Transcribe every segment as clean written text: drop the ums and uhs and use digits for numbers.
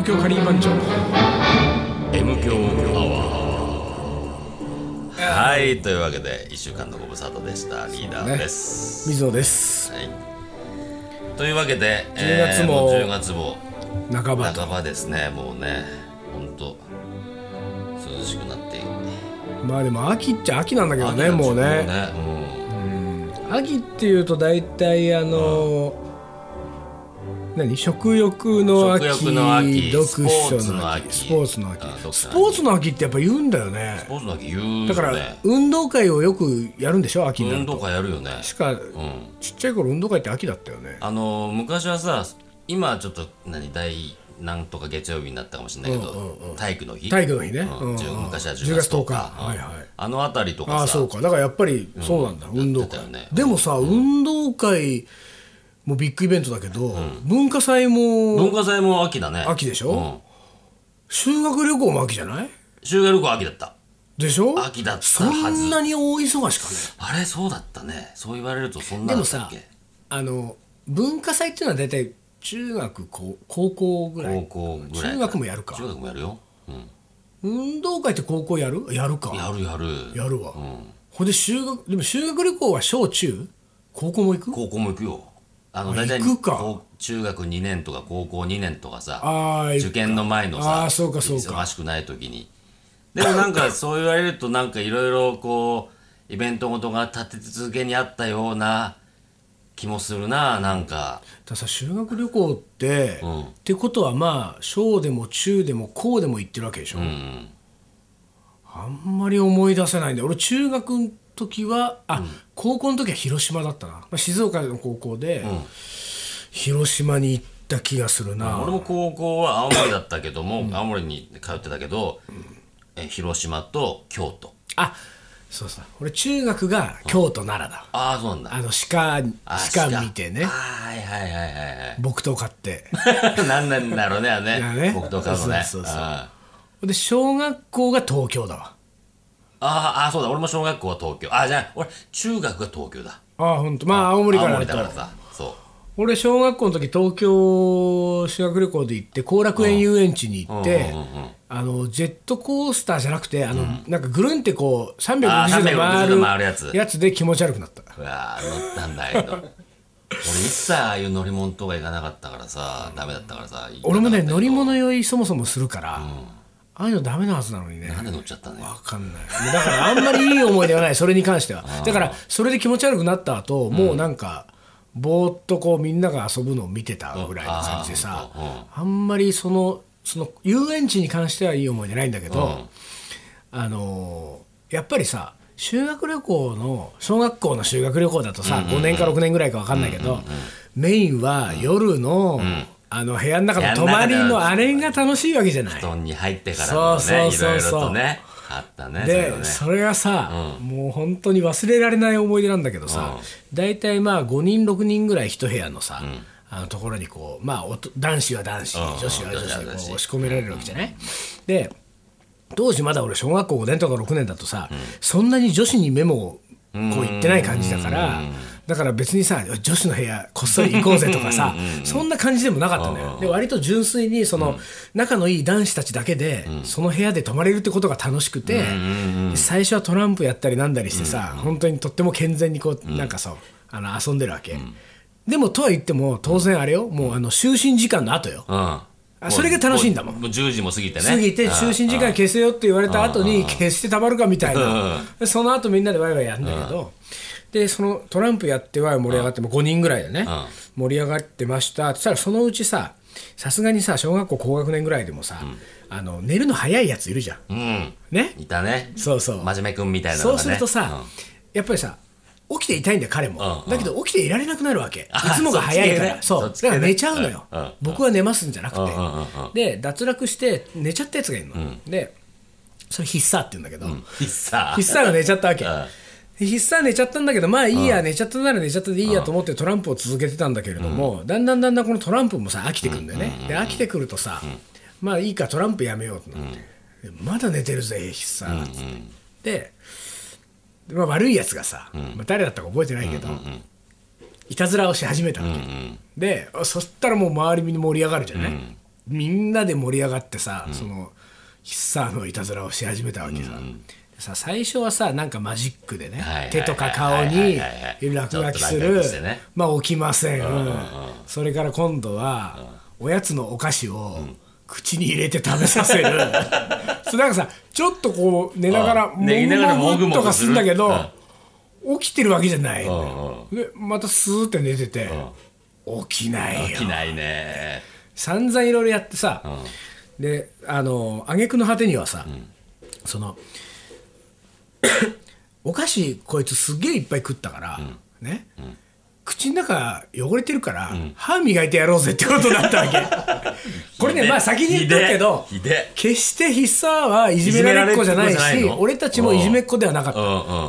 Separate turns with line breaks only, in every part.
東京カリー番長
M 強アワー。はい、というわけで1週間のご無沙汰でした。リーダーです、
水野です。
はい、というわけで
10月も
10月も
半ば
ですね。もうね、ほんと涼しくなって、
まあでも秋っちゃ秋なんだけどね、もうね、秋っていうと大体食欲の秋、読書の秋、スポーツの秋、スポーツの秋ってやっぱ言うんだよね。
スポーツの秋言うよね。
だから運動会をよくやるんでしょ、秋になると。
運動会やるよね。
ちっちゃい頃運動会って秋だったよね。
昔はさ、今はちょっと第何とか月曜日になったかもしれないけど、体育の日ね、昔は10月10日、あのあたりとかさ。
ああ、そうか。だからやっぱりそうなんだ、運動会。でもさ、運動会もうビッグイベントだけど、文化祭も
秋だね。
秋でしょ、修学旅行も秋じゃない？
修学旅行秋だった
でしょ。
秋だったはず。
そんなに大忙しかね。
あれ、そうだったね。そう言われるとそんなだったっけ。
でもさ、文化祭っていうのは大体中学高校ぐらい。中学もやるか。
中学もやるよ、
運動会って高校やるか。やるわ、ほんで修学旅行は小中高校も行く？
高校も行くよ。大体中学2年とか高校2年とかさ、受験の前のさ、忙しくない時に。でもなんかそう言われると、なんかいろいろこうイベントごとが立て続けにあったような気もするな。なんか
ださ、修学旅行って、ってことはまあ小でも中でも高でも行ってるわけでしょ、あんまり思い出せないんだよ。俺中学の時は高校の時は広島だったな、静岡の高校で、広島に行った気がするな。
俺も高校は青森だったけども、青森に通ってたけど、広島と京都。
そうそう、俺中学が京都奈良だ。
ああ、そうなんだ。
鹿見てね。木刀買って
何なんだろうね、木刀買うのね。
で小学校が東京だわ。
そうだ、俺も小学校は東京。じゃあ俺中学が東京だ。
本当。青森から
だからさ。そう、
俺小学校の時東京修学旅行で行って後楽園遊園地に行って、ジェットコースターじゃなくてなんかぐるんってこう360度回るやつで気持ち悪くなった。
うわー、乗ったんだけど俺一切ああいう乗り物とか行かなかったからさ、ダメだったからさ。
俺もね、乗り物酔いそもそもするから、ああいうのダメなはずなのにね。
なんで乗っちゃったのよ。
分かんない。だからあんまりいい思い出はないそれに関しては。だからそれで気持ち悪くなった後、もうなんかぼーっとこうみんなが遊ぶのを見てたぐらいの感じでさ、あんまりその遊園地に関してはいい思い出ないんだけど、やっぱりさ、修学旅行の小学校の修学旅行だとさ、5年か6年ぐらいか分かんないけど、メインは夜の部屋の中の泊まりのあれが楽しいわけじゃない。
布団に入ってからのね、いろいろとねあったね。
でそれがさ、もう本当に忘れられない思い出なんだけどさ、大体まあ5人6人ぐらい一部屋のさ、ところにこう、男子は男子、女子は女子でこう押し込められるわけじゃない。で当時まだ俺小学校5年とか6年だとさ、そんなに女子に目もこう行ってない感じだから、だから別にさ、女子の部屋こっそり行こうぜとかさそんな感じでもなかったのよ。で割と純粋にその仲のいい男子たちだけでその部屋で泊まれるってことが楽しくて、最初はトランプやったりなんだりしてさ、本当にとっても健全にこうなんかさ遊んでるわけ。でもとは言っても当然あれよ、もう就寝時間の後よ。それが楽しいんだもん。
もう10時も過ぎてね。
就寝時間消せよって言われた後に消してたまるかみたいな。その後みんなでワイワイやるんだけど、でそのトランプやっては盛り上がっても5人ぐらいでね、盛り上がってましたって言ったら、そのうちさすがにさ小学校高学年ぐらいでもさ、寝るの早いやついるじゃん、ね。
いたね。
そうそう、
真面目くんみたいなのがね。
そうするとさ、やっぱりさ起きていたいんだよ彼も、だけど起きていられなくなるわけ。いつもが早いから。そうだから寝ちゃうのよ、僕は寝ますんじゃなくて、で脱落して寝ちゃったやつがいるの、でそれ必殺って言うんだけど、必殺が寝ちゃったわけ。必殺寝ちゃったんだけど、まあいいや、寝ちゃったなら寝ちゃったでいいやと思ってトランプを続けてたんだけれども、だんだんこのトランプもさ飽きてくるんだよね。で飽きてくるとさ、まあいいかトランプやめようとなって、まだ寝てるぜ必殺っつって、で悪いやつがさ、誰だったか覚えてないけど、いたずらをし始めたわけ、でそしたらもう周りに盛り上がるじゃない、 みんなで盛り上がってさ、そのヒッサーのいたずらをし始めたわけさ、最初はさなんかマジックでね、手とか顔に落書きする、まあ起きません、それから今度はおやつのお菓子を口に入れて食べさせるそうなんかさちょっとこう寝ながらもぐもぐとかするんだけど、起きてるわけじゃない、でまたスーって寝てて、起きないよ。
起きないね。
散々いろいろやってさ、で挙句の果てにはさ、そのお菓子こいつすげえいっぱい食ったから、ね、口の中汚れてるから、歯磨いてやろうぜってことになったわけこれね、まあ先に言ったけど、決してヒッサーはいじめられっ子じゃないし、俺たちもいじめっ子ではなかった、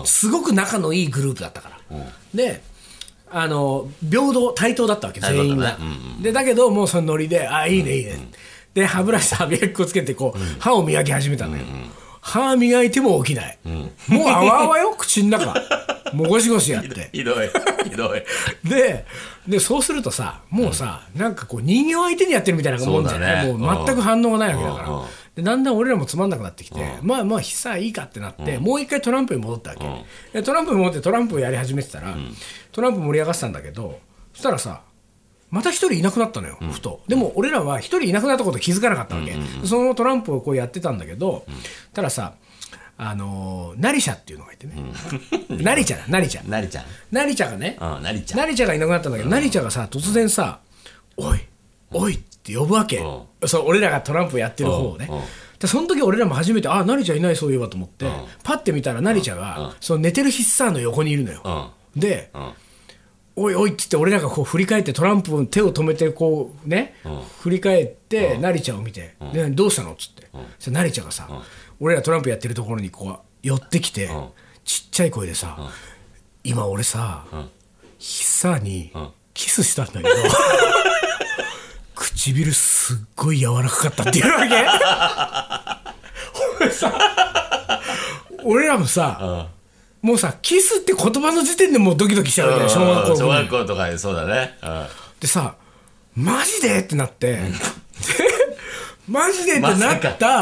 すごく仲のいいグループだったから、で平等対等だったわけ全員が、でだけどもうそのノリでいいねいいね、で歯ブラシと歯磨き粉つけてこう、歯を磨き始めたんだよ、歯磨いても起きない、もうあわあわよ口の中もうゴシゴシやって
ひどい
でそうするとさもうさ、なんかこう人形相手にやってるみたいなもんじゃない、もう全く反応がないわけだから、でだんだん俺らもつまんなくなってきて、まあヒッサーいいかってなって、もう一回トランプに戻ったわけ、でトランプに戻ってトランプをやり始めてたら、トランプ盛り上がってたんだけど、そしたらさまた一人いなくなったのよ、ふと。でも俺らは一人いなくなったこと気づかなかったわけ、そのトランプをこうやってたんだけど、たださナリシャっていうのがいてね、ナリチャがね、ナリチャがいなくなったんだけど、ナリチャがさ突然さおいおいって呼ぶわけ、そう俺らがトランプやってる方をね、でその時俺らも初めてナリチャいないそういえばと思って、パッて見たらナリチャがその寝てるヒッサーの横にいるのよ、でおいおいっつって俺らがこう振り返ってトランプの手を止めてこうね、振り返ってナリちゃんを見て、でどうしたのっつって、そナリちゃんがさ、俺らトランプやってるところにこう寄ってきて、ちっちゃい声でさ、今俺さ、ヒッサーにキスしたんだけど唇すっごい柔らかかったっていうわけ俺らもさ、もうさキスって言葉の時点でもうドキドキしちゃうわけよ、小学校
とかで。そうだね、
でさマジでってなってマジでってなった、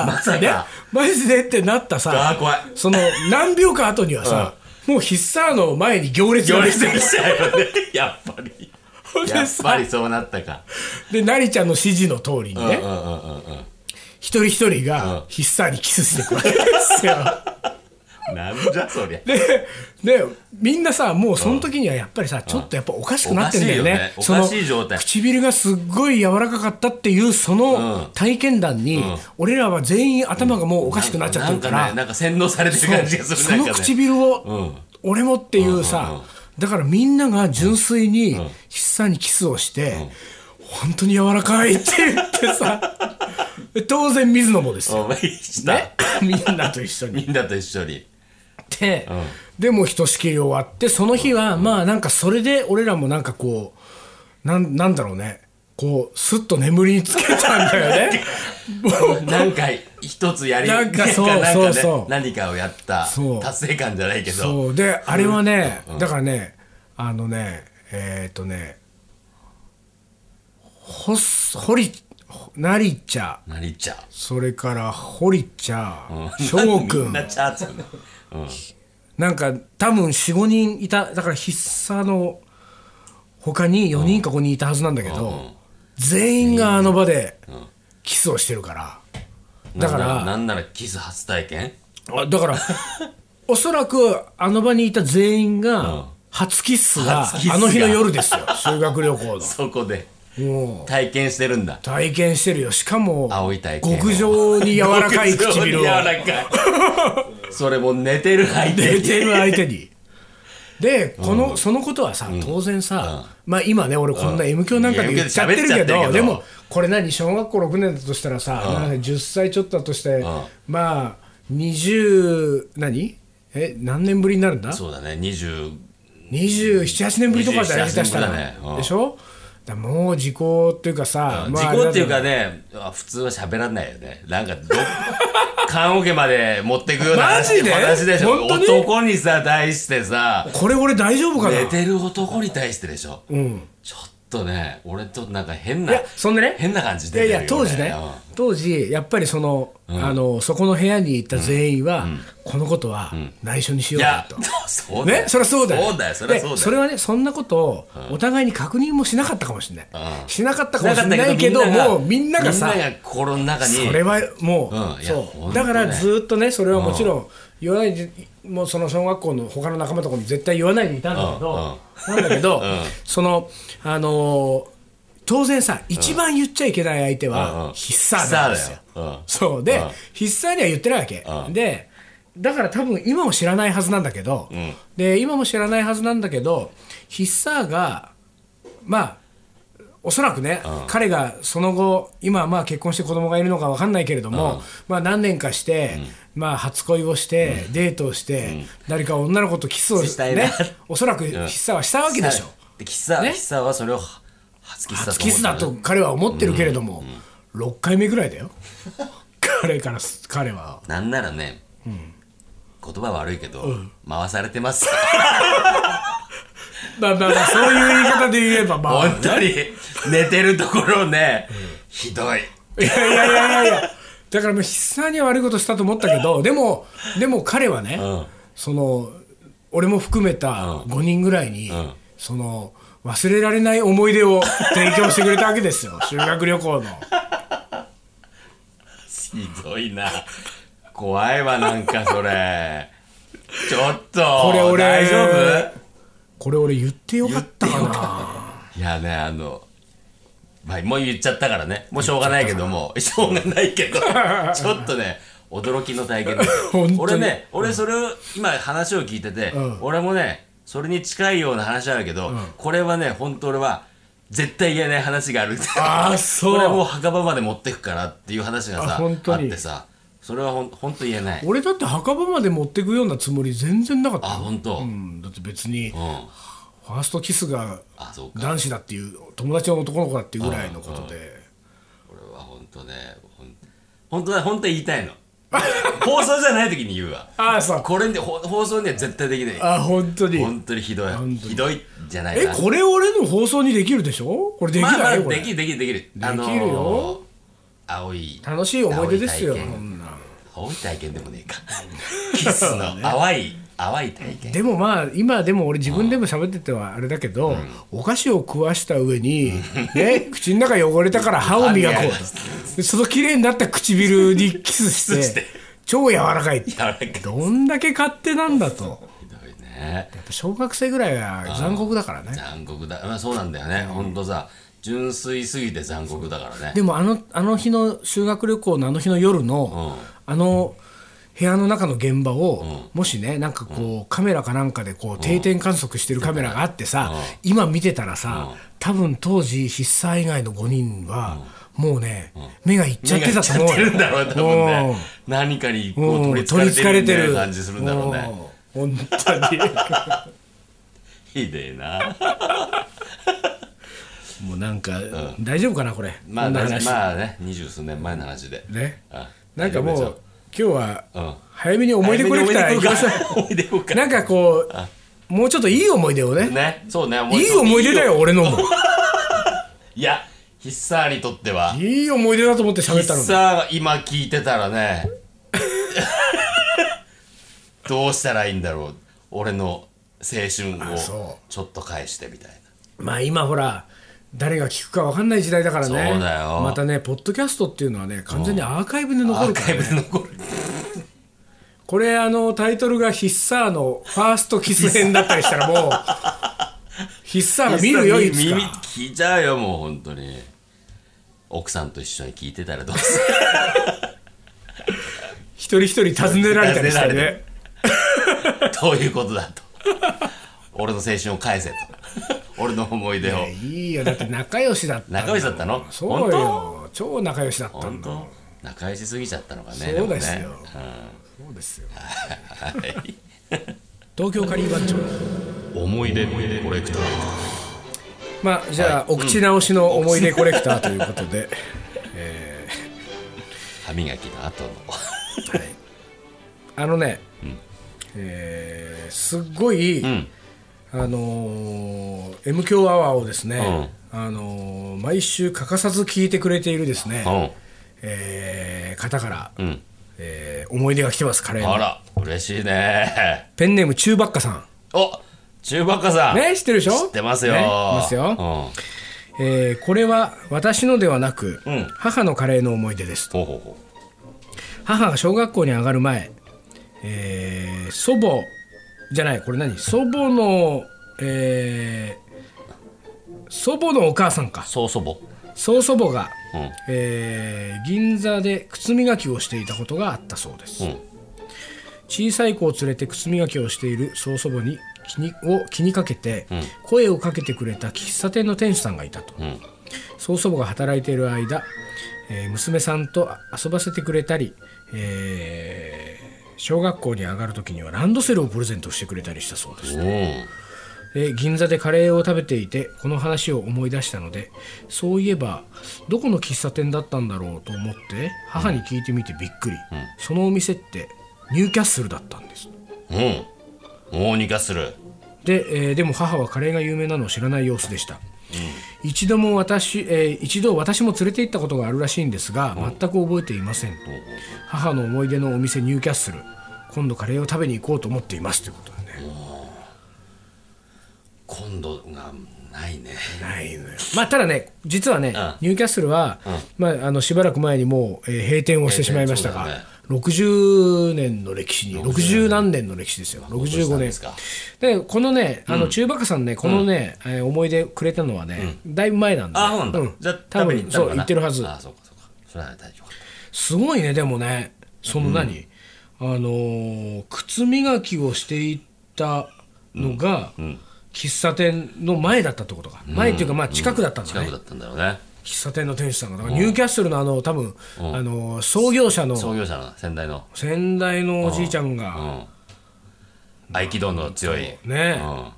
マジでってなったさ、その何秒か後にはさ、もうヒッサーの前に行列ができてる
やっぱりそうなったか。
でナリちゃんの指示の通りにね、一人一人がヒッサーにキスしてくるわけですよ
なんじゃそりゃ。
でみんなさもうその時にはやっぱりさちょっとやっぱおかしくなってんだよね、
おかしい状態。
唇がすっごい柔らかかったっていうその体験談に、俺らは全員頭がもうおかしくなっちゃってるから、
なんか洗脳されてる感じがする。
その唇を、俺もっていうさ、だからみんなが純粋に筆さにキスをして、本当に柔らかいって言ってさ当然水野もですよ、ね、みんなと一緒にでもうひとしきり終わって、その日はまあなんかそれで俺らもなんかこうなんだろうね、こうスッと眠りにつけたんだよね
なんか一つやり
なんか
何かをやった達成感じゃないけど、
そうであれはね、だからねナリチャ、それからホリチャ、翔くん、なんか多分 4,5 人いた。だから筆者の他に4人か5人いたはずなんだけど、全員があの場でキスをしてるから、だから
なんならキス初体験
だからおそらくあの場にいた全員が初キスがあの日の夜ですよ修学旅行の
そこで体験してるんだ。
体験してるよ。しかも
青い体験、
極上に柔らかい唇を
それも寝てる相手
にで、そのことはさ、当然さ、まあ今ね俺こんな M 響なんかで言っちゃってるけど、でもこれ小学校6年だとしたらさ、10歳ちょっとだとして、まあ20何年ぶりになるんだ。
そうだね、
27、8年ぶりとかじゃない下手したら、でしょ。だもう時効っていうかさ、
時効っていうかね、普通は喋らないよね。なんか棺桶まで持っていくような話でしょ。男にさ対してさ、
これ俺大丈夫かな。
寝てる男に対してでしょ。ちょっとね俺となんか変な感じで、
いや当時やっぱりそこの部屋に行った全員は、このことは内緒にしようよと、
そうだよ、
そりゃそうだよ、
そ
れはねそんなことをお互いに確認もしなかったかもしれない、しなかったかもしれないけど、もうみんながさ、
心の中に
それはもう、そうだからずっとねそれはもちろん言わないで、もうその小学校の他の仲間とかに絶対言わないでいたんだけど、当然さ、一番言っちゃいけない相手はヒッサーなんですよ。そうで、ヒッサーには言ってないわけで、だから多分今も知らないはずなんだけど、ヒッサーがまあおそらくね、彼がその後今まあ結婚して子供がいるのか分かんないけれども、まあ何年かして、まあ初恋をして、デートをして、誰か女の子とキスをしてね、おそらくヒッサーはしたわけでしょ。
ヒッサーはそれを初
キスだと彼は思ってるけれども、6回目ぐらいだよ彼は
なんならね、言葉悪いけど、回されてます
まあそういう言い方で言えば、まあ
本当に寝てるところをね、ひどい。
いやだからもうヒッサーには悪いことしたと思ったけど、でも彼はね、俺も含めた5人ぐらいに、忘れられない思い出を提供してくれたわけですよ修学旅行の。
ひどいな、怖いわ、なんかそれちょっと大丈夫？
これ俺言ってよかったかな。
いやね、まあ、もう言っちゃったからね、もうしょうがないけども、ちょっとね驚きの体験です俺それを今話を聞いてて、俺もねそれに近いような話あるけど、これはね本当俺は絶対言えない話がある。
そう。
これはもう墓場まで持ってくからっていう話がさ あってさ、それは本当言えない。
俺だって墓場まで持ってくようなつもり全然なかった。
本当。
だって別に、ファーストキスが男子だっていう、友達の男の子だっていうぐらいのことで。
俺は本当ね、本当言いたいの。放送じゃない時に言うわ。
そう。
これで放送には絶対できない。
本当に
ひどい。ひどいじゃないか。
これ俺の放送にできるでしょ？これできないよ。
できる。できるよ。
楽しい思い出ですよ。
青い体験でもねえか。キスの淡い体験。
でもまあ今でも俺自分でも喋っててはあれだけど、お菓子を食わした上に口の中汚れたから歯を磨こう。その綺麗になった唇にキスして超柔らかい。どんだけ勝手なんだと。
ひどいね。
やっぱ小学生ぐらいは残酷だからね。
残酷だ。そうなんだよね。本当さ。純粋すぎて残酷だからね。
でもあの日の修学旅行のあの日の夜の、部屋の中の現場を、もしねなんかこう、カメラかなんかでこう定点観測してるカメラがあってさ、今見てたらさ、多分当時ヒッサー以外の5人は、もうね、目がいっちゃってたと思うよ。
目がいっちゃってるんだろう、多分ね。何かにこう取りつかれてる感じするんだろうね。
本当に
ひでえな。
もうなんか、大丈夫かなこれ。
まあね、20数年前の話で
ね。なんかもう今日は早めに思い出コレクター行きましょう。なんかこうもうちょっといい思い出をね。
そうね。
いい思い出だよ俺のも。
いやヒッサーにとってはい
い思い出だと思って喋ったのに。
ヒッサーが今聞いてたらねどうしたらいいんだろう。俺の青春をちょっと返してみたいな。
まあ今ほら誰が聞くか分かんない時代だからね。
そうだよ。
またねポッドキャストっていうのはね完全にアーカイブで残るからね。
アーカイブで残る。
これタイトルがヒッサーのファーストキス編だったりしたらもうヒッサーが見るよ。いつか
耳聞いちゃうよもう本当に。奥さんと一緒に聞いてたらどうする。
一人一人尋ねられたりしてね。
どういうことだと。俺の青春を返せと。俺の思い出を。
いいよだって仲良しだった。
仲良しだったの？
そうよ。超仲良しだったんだ。
本当？仲良しすぎちゃったのかね。
そうですよ。そうですよ。東京カリー番長
思い出コレクター。
まあじゃあお口直しの思い出コレクターということで、
歯磨きの後の
すっごい、M 強アワーをですね、 毎週欠かさず聞いてくれているですね、方から、思い出が来てます。カレーの。
あら嬉しいね。
ペンネームチューバッカさん。
おチューバッカさん
ね、知ってるでしょ。
知ってますよ、
ね、ますよ、これは私のではなく、母のカレーの思い出です。母が小学校に上がる前、祖母じゃない、これ何、祖母の、祖母のお母さんか、
曽祖母が、
銀座で靴磨きをしていたことがあったそうです、小さい子を連れて靴磨きをしている曽祖母に気にかけて、声をかけてくれた喫茶店の店主さんがいたと、曽祖母が働いている間、娘さんと遊ばせてくれたり、小学校に上がるときにはランドセルをプレゼントしてくれたりしたそうです、で銀座でカレーを食べていてこの話を思い出したので、そういえばどこの喫茶店だったんだろうと思って母に聞いてみてびっくり、そのお店ってニューキャッスルだったんです。
ニューキャッスル
で、でも母はカレーが有名なのを知らない様子でした、一度私も連れて行ったことがあるらしいんですが、全く覚えていません、母の思い出のお店ニューキャッスル、今度カレーを食べに行こうと思っていますということでね。
今度がないね。
ないのよ。まあただね、実はね、ニューキャッスルは、しばらく前にもう、閉店をしてしまいましたが、60年の歴史に、60何年の歴史ですよ。65年で、このね、中馬鹿さんね、このね、思い出くれたのはね、だいぶ前なんで、
じゃあ
多分そう言ってるはず。
そうかそれは大丈夫。
すごいね。でもね、その何、靴磨きをしていったのが、喫茶店の前だったってことか。前っていうか、近くだったんだね。
近くだったんだろうね。
喫茶店の店主さんが、だからニューキャッスルの多分、創業者の
先
代のおじいちゃんが、
合気道の強い
ね、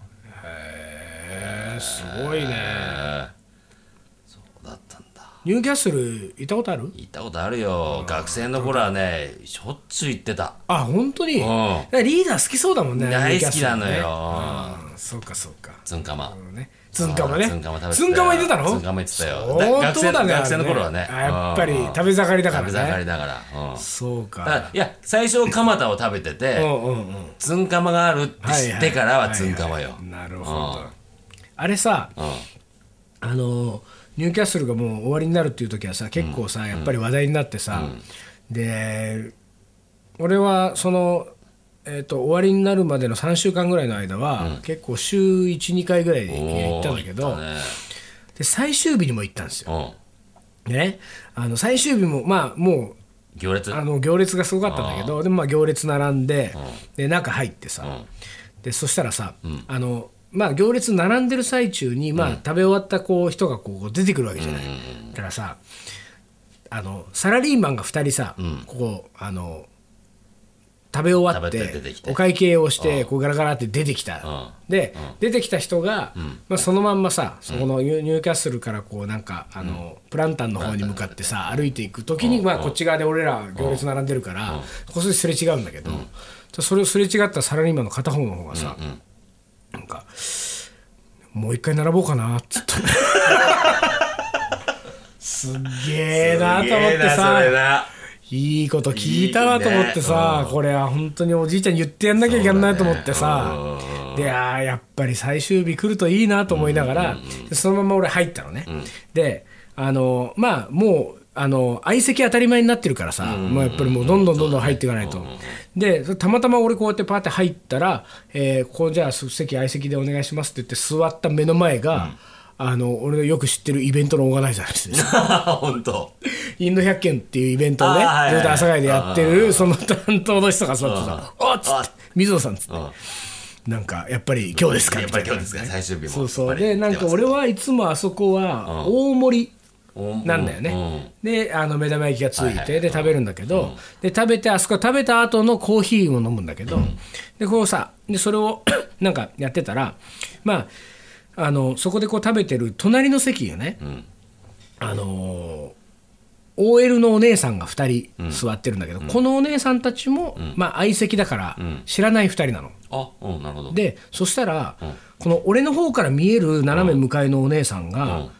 すごいね。
そうだったんだ。
ニューキャッスル行ったことある？
行ったことあるよ。学生の頃はね、しょっちゅう行ってた。
あ、本当に？リーダー好きそうだもんね。
大好きなのよ。
そうか。
ツンカマ
ね。ツンカマ行ってたの？
ツンカマ行ってたよ。学生の頃はね。
やっぱり食べ盛りだからね。
食べ盛りだから。
そうか。
いや、最初蒲田を食べてて、ツンカマがあるって知ってからはツンカマよ。
なるほど。あれさ、ニューキャッスルがもう終わりになるっていう時はさ、結構さ、やっぱり話題になってさ、で、俺はその、終わりになるまでの3週間ぐらいの間は、結構週1、2回ぐらい行ったんだけど、で最終日にも行ったんですよ。ね、最終日ももう行列がすごかったんだけど、でも行列並んで、で中入ってさ、でそしたらさ、行列並んでる最中に、食べ終わった人が出てくるわけじゃない。だからさ、サラリーマンが2人さ、食べ終わってお会計をしてガラガラって出てきた。で出てきた人が、そのまんまさ、そこのニューキャッスルからプランタンの方に向かってさ歩いていく時に、こっち側で俺ら行列並んでるからこっそりすれ違うんだけど、それをすれ違ったサラリーマンの片方の方がさ、なんかもう一回並ぼうかなっつったすっげえなと思ってさ、いいこと聞いたわと思ってさ、これは本当におじいちゃんに言ってやんなきゃいけないと思ってさ、でやっぱり最終日来るといいなと思いながら、そのまま俺入ったのね。でもう相席当たり前になってるからさ、やっぱりもうどんどん入っていかないと。でたまたま俺こうやってパーって入ったら、ここじゃあ席相席でお願いしますって言って座った目の前が、俺のよく知ってるイベントのオーガナイザーですね。
本当。
インド百軒っていうイベントをね、ずっと阿佐ヶ谷でやってるその担当の人が座ってさ、おっつって水野さんっつって、なんかやっぱり今日ですかみたいな。
やっぱり今日ですか、最終日も。
そうで、なんか俺はいつもあそこは大盛りなんだよね。で目玉焼きがついてで食べるんだけど、で食べてあそこ食べた後のコーヒーを飲むんだけど、ででそれをなんかやってたら、そこで食べてる隣の席がね、OL のお姉さんが2人座ってるんだけど、このお姉さんたちも、相席だから知らない2人なの。
なるほど。
でそしたら、この俺の方から見える斜め向かいのお姉さんが、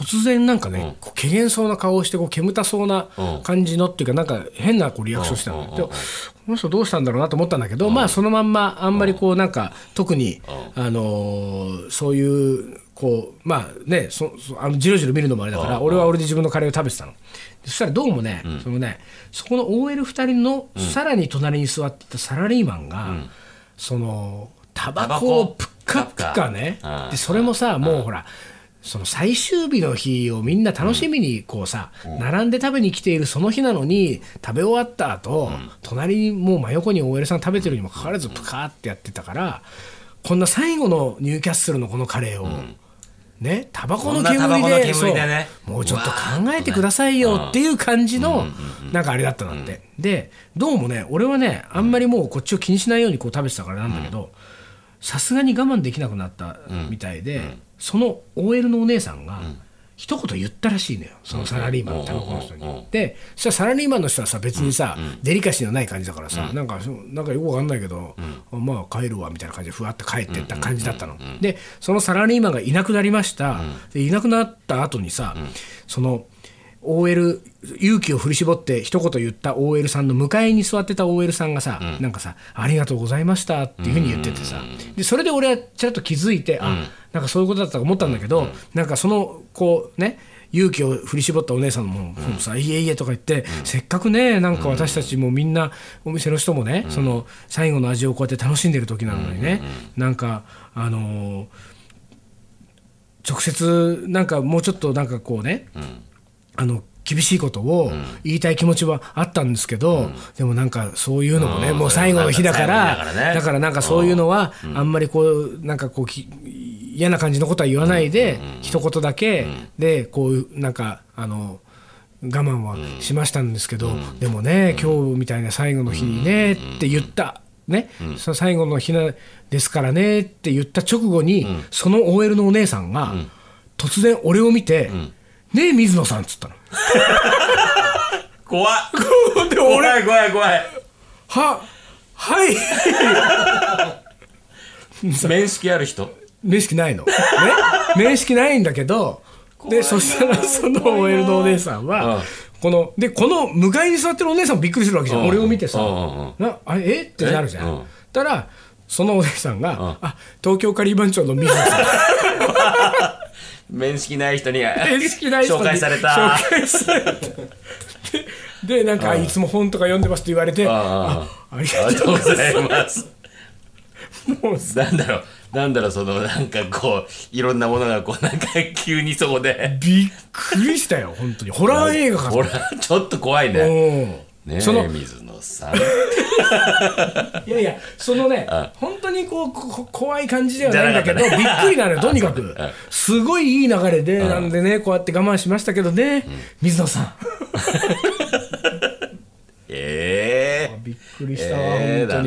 突然なんかね、こう怪げそうな顔をしてこう煙たそうな感じのっていうかなんか変なこうリアクションしてたので、この人どうしたんだろうなと思ったんだけど、まあそのまんまあんまりこうなんか特にそういうこうまあねじろじろ見るのもあれだから俺は俺で自分のカレーを食べてたの。そしたらどうもね、そこの OL2 人のさらに隣に座ってたサラリーマンが、そのタバコをプッカプカね、でそれもさもうほらその最終日の日をみんな楽しみにこうさ、並んで食べに来ているその日なのに食べ終わった後、隣にもう真横に OL さん食べてるにもかかわらずプカーってやってたから、こんな最後のニューキャッスルのこのカレーを、ね、タバコの煙でね、もうちょっと考えてくださいよっていう感じのなんかあれだったなんて、でどうもね俺はねあんまりもうこっちを気にしないようにこう食べてたからなんだけど、さすがに我慢できなくなったみたいで、その OL のお姉さんが一言言ったらしいのよ、そのサラリーマンのタバコの人に。でそしたらサラリーマンの人はさ別にさ、デリカシーのない感じだからさ、なんかよくわかんないけど、まあ帰るわみたいな感じでふわって帰ってった感じだったの。でそのサラリーマンがいなくなりました。でいなくなった後にさ、そのOL 勇気を振り絞って一言言った OL さんの向かいに座ってた OL さんがさ、なんかさありがとうございましたっていうふうに言っててさ、でそれで俺はちらっと気づいて、なんかそういうことだったと思ったんだけど、なんかそのこうね勇気を振り絞ったお姉さんもさ、いえいえとか言って、せっかくねなんか私たちもみんなお店の人もね、その最後の味をこうやって楽しんでる時なのにね、なんか直接なんかもうちょっとなんかこうね、厳しいことを言いたい気持ちはあったんですけど、でもなんかそういうのもね、もう最後の日だから、だからなんかそういうのはあんまりこうなんかこう嫌な感じのことは言わないで、一言だけでこうなんか我慢はしましたんですけど、でもね今日みたいな最後の日にねって言ったね、その最後の日ですからねって言った直後に、その OL のお姉さんが突然俺を見て、ねえ水野さんっつったの。
怖っ怖い
はい
面識ある人？
面識ないの、ね、面識ないんだけどでそしたらその OL のお姉さんは、この向かいに座ってるお姉さんもびっくりするわけじゃん、俺を見てさ、えってなるじゃん。たらそのお姉さんが、東京カリー番長の水野さん
面識ない人に紹介された。
でなんかいつも本とか読んでますって言われて、ありがとうございます。
もうなんだろうそのなんかこういろんなものがこうなんか急にそこで
びっくりしたよ本当に。ホラー映画かと。
ちょっと怖いね。ねえ水野さん。
いやいやそのね本当にこう怖い感じではないんだけど、びっくりなのよとにかく。すごいいい流れで、なんでねこうやって我慢しましたけどね、水野さん。びっくりしたわ本当に。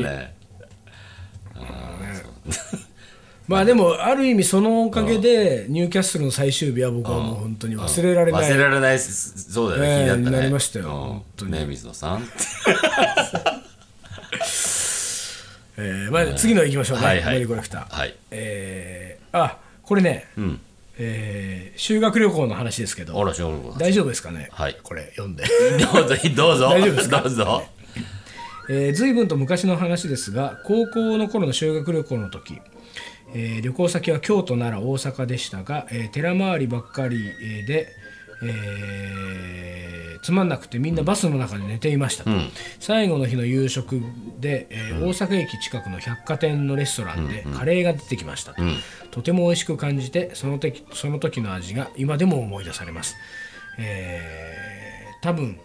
まあでもある意味そのおかげでニューキャッスルの最終日は僕はもう本当に忘れられない
そうだね、日だったね。
なりましたよ本当に
ね水野さん。
まあ次の行きましょうね。メリーコレクター。これね修学旅行の話ですけど大丈夫ですかね、これ読んで。
どうぞ
大丈夫ですか。
どうぞ。
随分と昔の話ですが、高校の頃の修学旅行の時、旅行先は京都、奈良、大阪でしたが、寺回りばっかりで、つまんなくてみんなバスの中で寝ていましたと、最後の日の夕食で、大阪駅近くの百貨店のレストランでカレーが出てきましたと、とても美味しく感じてその時の味が今でも思い出されます。多分、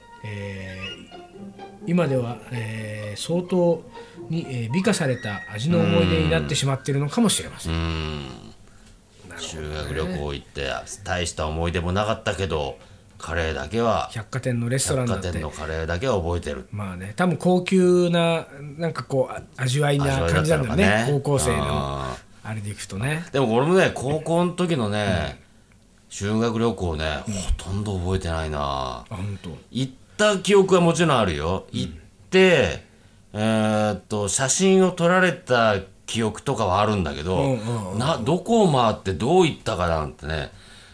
今では、相当に、美化された味の思い出になってしまっているのかもしれません。
修学旅行行って大した思い出もなかったけどカレーだけは
百貨店のレストランだって
百貨店のカレーだけは覚えてる。
まあね多分高級ななんかこう味わいな感じなんだよね、高校生のあれでいくとね。
でも俺もね高校の時のね、修学旅行ね、ほとんど覚えてないな。
本当。
行った記憶はもちろんあるよ。行って、写真を撮られた記憶とかはあるんだけど、どこを回ってどう行ったかなんてね、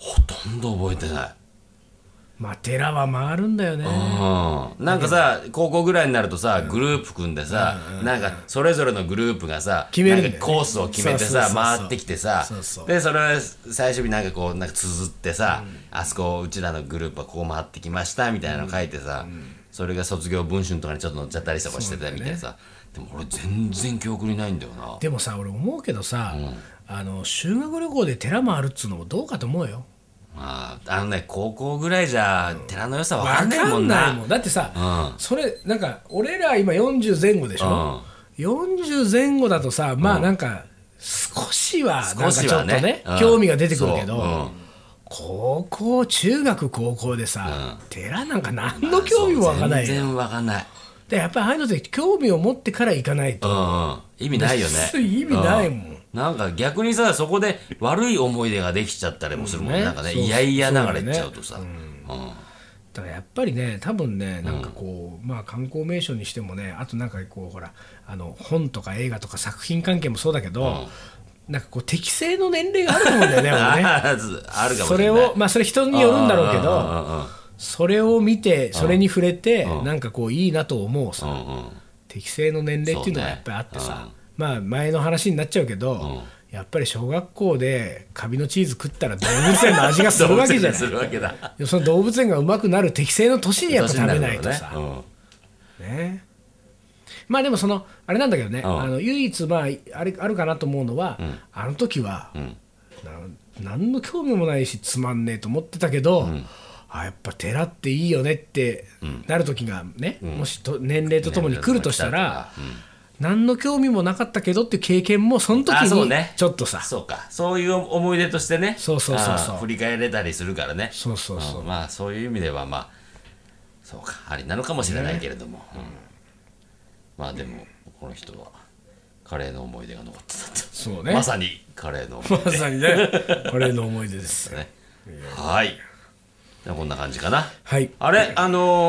ほとんど覚えてない。
まあ寺は回るんだよね。
なんかさ、高校ぐらいになるとさ、グループ組んでさ、なんかそれぞれのグループがさ、
決めるんだよね、
なんかコースを決めてさ、回ってきてさ、でそれを最初になんかこうなんか綴ってさ、あそこうちらのグループはここ回ってきましたみたいなの書いてさ、それが卒業文春とかにちょっと載っちゃったりとかしてたみたいなさ、でも俺全然記憶にないんだよな。
でもさ、俺思うけどさ、修学旅行で寺回るっつうのもどうかと思うよ。
高校ぐらいじゃ寺の良さ分かんないもんな。
分かんないもん。だってさ、それなんか俺ら今40前後でしょ、40前後だとさ、まあなんか少しはなんかちょっとね、興味が出てくるけど、高校中学高校でさ、寺なんか何の興味も分かんないよ。
全然分かんない。
でやっぱりああいうのって興味を持ってから行かないと、
意味ないよね。
意味ないもん。
なんか逆にさ、そこで悪い思い出ができちゃったりもするもんね。なんかね、いやいやながら行っちゃうとさ。
だからやっぱりね、多分ね、なんかこう、まあ観光名所にしてもね、あとなんかこうほら本とか映画とか作品関係もそうだけど、なんかこう適正の年齢があると思うんだよね。俺ね
あるかもしれない。
それをまあそれ人によるんだろうけど、それを見てそれに触れてなんかこういいなと思うさ、適正の年齢っていうのがやっぱりあってさ、まあ前の話になっちゃうけど、やっぱり小学校でカビのチーズ食ったら動物園の味がするわけじゃない。その動物園がうまくなる適正の年にやっぱ食べないとさ、ね。まあでもあれなんだけどね、唯一まああるかなと思うのは、あの時は何の興味もないしつまんねえと思ってたけど、やっぱ寺っていいよねってなる時がね、もし年齢とともに来るとしたら、何の興味もなかったけどっていう経験もその時にちょっとさ、
そういう思い出としてね、
振
り返れたりするからね。まあそういう意味ではまあそうか、ありなのかもしれないけれども、まあでもこの人はカレーの思い出が残ってたと。
そうね、
まさにカレーの思い出、
まさにねカレーの思い出ですね。
はい、じゃあこんな感じかな。
はい、
あれ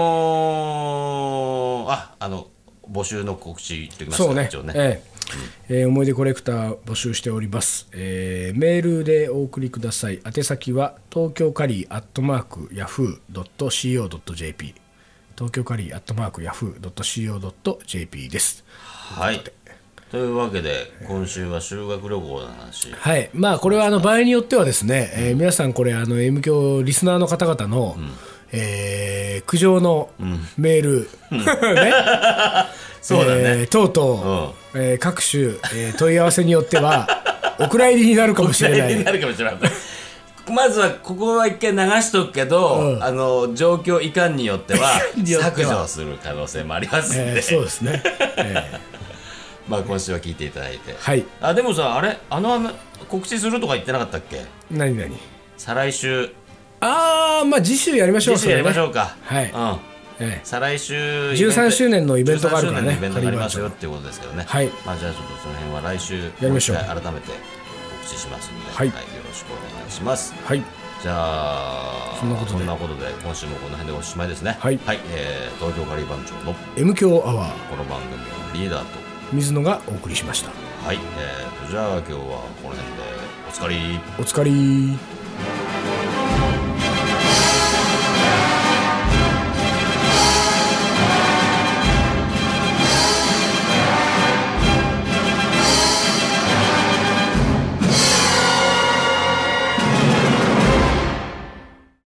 募集の告知言っておきますか。
そうね、思い出コレクター募集しております。メールでお送りください。宛先は東京カリー@yahoo.co.jp、 東京カリー@yahoo.co.jp です。
はい、というわけで今週は修学旅行の話。
はい、まあこれは場合によってはですね、皆さんこれM響リスナーの方々の、苦情のメール、ね
そうだね、
とうとう、各種、問い合わせによってはお蔵入りになるかもしれない。
まずはここは一回流しとくけど、状況いかんによっては削除する可能性もありますんで、
そうですね。
まあ今週は聞いていただいて、
はい。
でもさ、あれ告知するとか言ってなかったっけ？
何？
再来週。
まあ次週やりましょう。
次週やりましょうか。
はい。
再来週
13周年のイベントがあるからね。
イベントがありますよっていうことですけどね。
はい。
まあじゃあちょっとその辺は来週
やりましょう。
改めて告知しますので、
はい。
よろしくお願いします。
はい。
じゃあそんなことで今週もこの辺でおしまいですね。
はい。
東京カリー番長の
M 強アワー。
この番組のリーダーと
水野がお送りしました。
はい。じゃあ今日はこの辺でおつかり。